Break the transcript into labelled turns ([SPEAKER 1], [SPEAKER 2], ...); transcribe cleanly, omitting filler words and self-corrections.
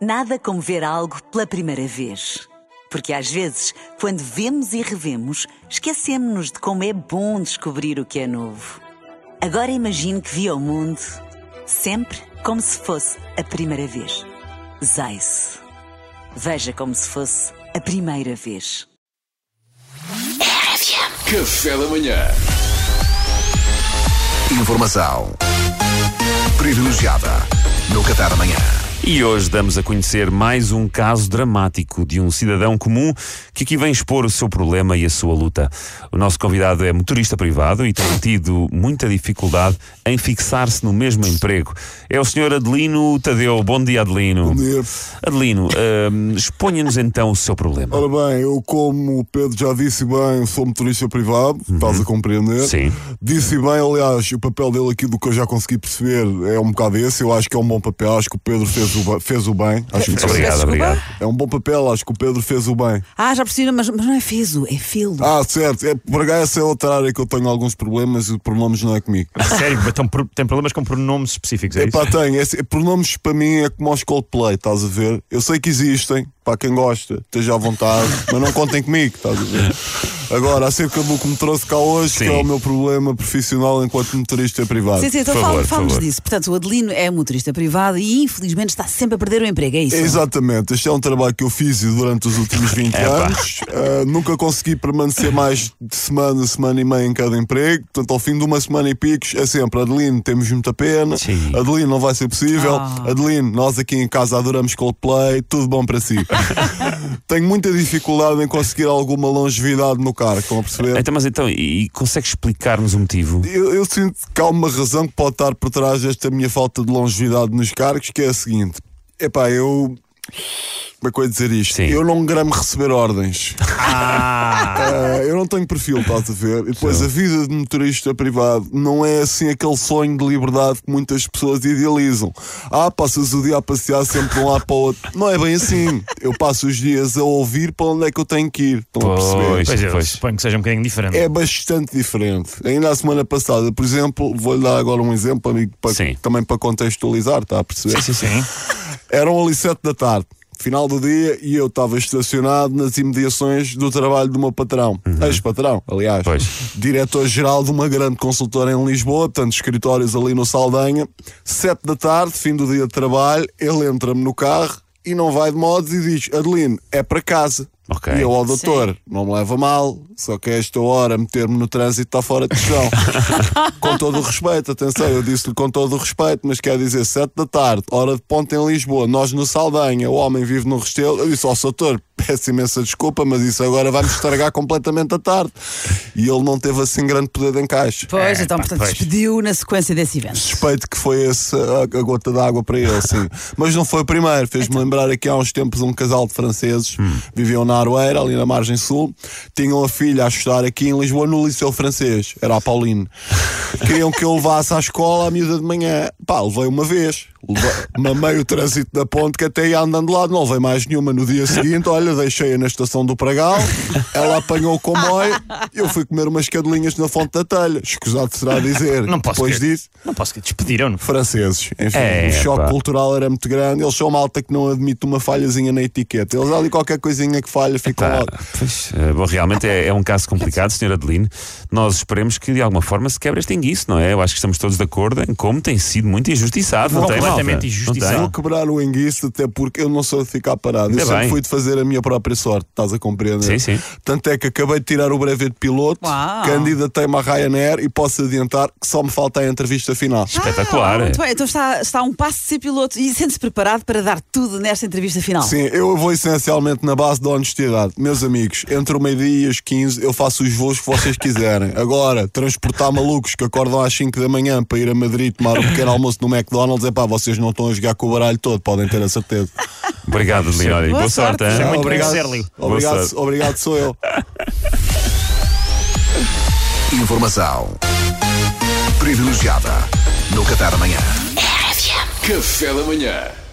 [SPEAKER 1] Nada como ver algo pela primeira vez. Porque às vezes, quando vemos e revemos, esquecemos-nos de como é bom descobrir o que é novo. Agora imagine que viu o mundo sempre como se fosse a primeira vez. Zais. Veja como se fosse a primeira vez.
[SPEAKER 2] RFM. Café da manhã.
[SPEAKER 3] Informação privilegiada no Café da manhã.
[SPEAKER 4] E hoje damos a conhecer mais um caso dramático de um cidadão comum que aqui vem expor o seu problema e a sua luta. O nosso convidado é motorista privado e tem tido muita dificuldade em fixar-se no mesmo emprego. É o Sr. Adelino Tadeu. Bom dia, Adelino.
[SPEAKER 5] Bom dia.
[SPEAKER 4] Adelino, exponha-nos então o seu problema.
[SPEAKER 5] Ora bem, eu, como o Pedro já disse bem, sou motorista privado, estás a compreender?
[SPEAKER 4] Sim.
[SPEAKER 5] Disse bem, aliás, o papel dele aqui, do que eu já consegui perceber, é um bocado esse. Eu acho que é um bom papel, acho que o Pedro fez o bem. Acho que
[SPEAKER 4] Obrigado.
[SPEAKER 5] é um bom papel, acho que o Pedro fez o bem.
[SPEAKER 6] Já percebi, mas não é feso, é filo.
[SPEAKER 5] Certo. Por cá essa é outra área que eu tenho alguns problemas e pronomes não é comigo.
[SPEAKER 7] Sério? Então tem problemas com pronomes específicos, é isso?
[SPEAKER 5] Tenho. Pronomes para mim é como aos Coldplay, estás a ver? Eu sei que existem, para quem gosta, esteja à vontade, mas não contem comigo, estás a ver? Agora, acerca do que me trouxe cá hoje, que é o meu problema profissional enquanto motorista privado.
[SPEAKER 6] Sim, então fala-nos disso. Portanto, o Adelino é motorista privado e infelizmente está sempre a perder o emprego, é isso?
[SPEAKER 5] Exatamente, este é um trabalho que eu fiz durante os últimos 20 anos. Nunca consegui permanecer mais de semana e meia em cada emprego. Portanto, ao fim de uma semana e picos, é sempre: Adelino, temos muita pena.
[SPEAKER 4] Sim.
[SPEAKER 5] Adelino, não vai ser possível. Adelino, nós aqui em casa adoramos Coldplay, tudo bom para si. Tenho muita dificuldade em conseguir alguma longevidade no carro, estão a perceber?
[SPEAKER 4] Então, e consegue explicar-nos o motivo?
[SPEAKER 5] Eu sinto que há uma razão que pode estar por trás desta minha falta de longevidade nos cargos, que é a seguinte: como é que eu ia dizer isto?
[SPEAKER 4] Sim.
[SPEAKER 5] Eu não gramo receber ordens. Eu não tenho perfil, estás a ver? E depois a vida de motorista privado não é assim aquele sonho de liberdade que muitas pessoas idealizam. Passas o dia a passear sempre de um lado para o outro. Não é bem assim. Eu passo os dias a ouvir para onde é que eu tenho que ir. Estão a perceber?
[SPEAKER 7] Pois, suponho que seja um bocadinho diferente.
[SPEAKER 5] É bastante diferente. Ainda a semana passada, por exemplo, vou-lhe dar agora um exemplo, amigo, também para contextualizar, está a perceber?
[SPEAKER 7] Sim.
[SPEAKER 5] Eram ali 7 da tarde. Final do dia, e eu estava estacionado nas imediações do trabalho do meu patrão, ex-patrão, aliás, diretor-geral de uma grande consultora em Lisboa, tantos escritórios ali no Saldanha. 7 da tarde, fim do dia de trabalho, ele entra-me no carro e não vai de modos e diz: Adelino, é para casa.
[SPEAKER 4] Okay.
[SPEAKER 5] E eu ao doutor: não me leva mal, só que a esta hora meter-me no trânsito está fora de questão. Com todo o respeito, atenção, eu disse-lhe com todo o respeito, mas quer dizer 7 da tarde, hora de ponta em Lisboa, nós no Saldanha, o homem vive no Restelo. Eu disse: doutor, peço imensa desculpa, mas isso agora vai-me estragar completamente a tarde. E ele não teve assim grande poder de encaixe.
[SPEAKER 6] Portanto, despediu na sequência desse evento.
[SPEAKER 5] Suspeito que foi esse a gota d'água para ele, sim. Mas não foi o primeiro. Fez-me lembrar aqui há uns tempos um casal de franceses, viviam na Aroeira, ali na margem sul, tinham a filha a estudar aqui em Lisboa no Liceu Francês, era a Pauline. Queriam que eu levasse à escola à miúda de manhã. Levei uma vez. Mamei o trânsito da ponte, que até ia andando lá, não levei mais nenhuma. No dia seguinte, deixei-a na estação do Pragal, ela apanhou o comboio, eu fui comer umas cadelinhas na Fonte da Telha. Escusado será dizer.
[SPEAKER 7] Não posso que despediram-no.
[SPEAKER 5] Franceses, enfim, o choque cultural era muito grande. Eles são malta que não admite uma falhazinha na etiqueta. Eles ali qualquer coisinha que falha ficam logo.
[SPEAKER 4] Realmente é um caso complicado, Sr. Adelino. Nós esperemos que de alguma forma se quebre este enguiço, não é? Eu acho que estamos todos de acordo em como tem sido muito injustiçado.
[SPEAKER 7] Completamente injustiçado.
[SPEAKER 5] Vou quebrar o enguiço, até porque eu não sou de ficar parado. Eu sempre fui de fazer a minha própria sorte, estás a compreender?
[SPEAKER 4] Sim.
[SPEAKER 5] Tanto é que acabei de tirar o brevet de piloto, candidatei-me à Ryanair e posso adiantar que só me falta a entrevista final.
[SPEAKER 4] Espetacular.
[SPEAKER 6] Muito bem, então está a um passo de ser piloto e sente-se preparado para dar tudo nesta entrevista final?
[SPEAKER 5] Sim, eu vou essencialmente na base da honestidade. Meus amigos, entre o meio-dia e as 15 eu faço os voos que vocês quiserem. Agora, transportar malucos que acordam às 5 da manhã para ir a Madrid tomar um pequeno almoço no McDonald's, vocês não estão a jogar com o baralho todo, podem ter a certeza.
[SPEAKER 4] Obrigado, Adelino. Boa sorte.
[SPEAKER 5] Obrigado, sou eu.
[SPEAKER 3] Informação privilegiada no Café da manhã.
[SPEAKER 2] RFM. Café da manhã.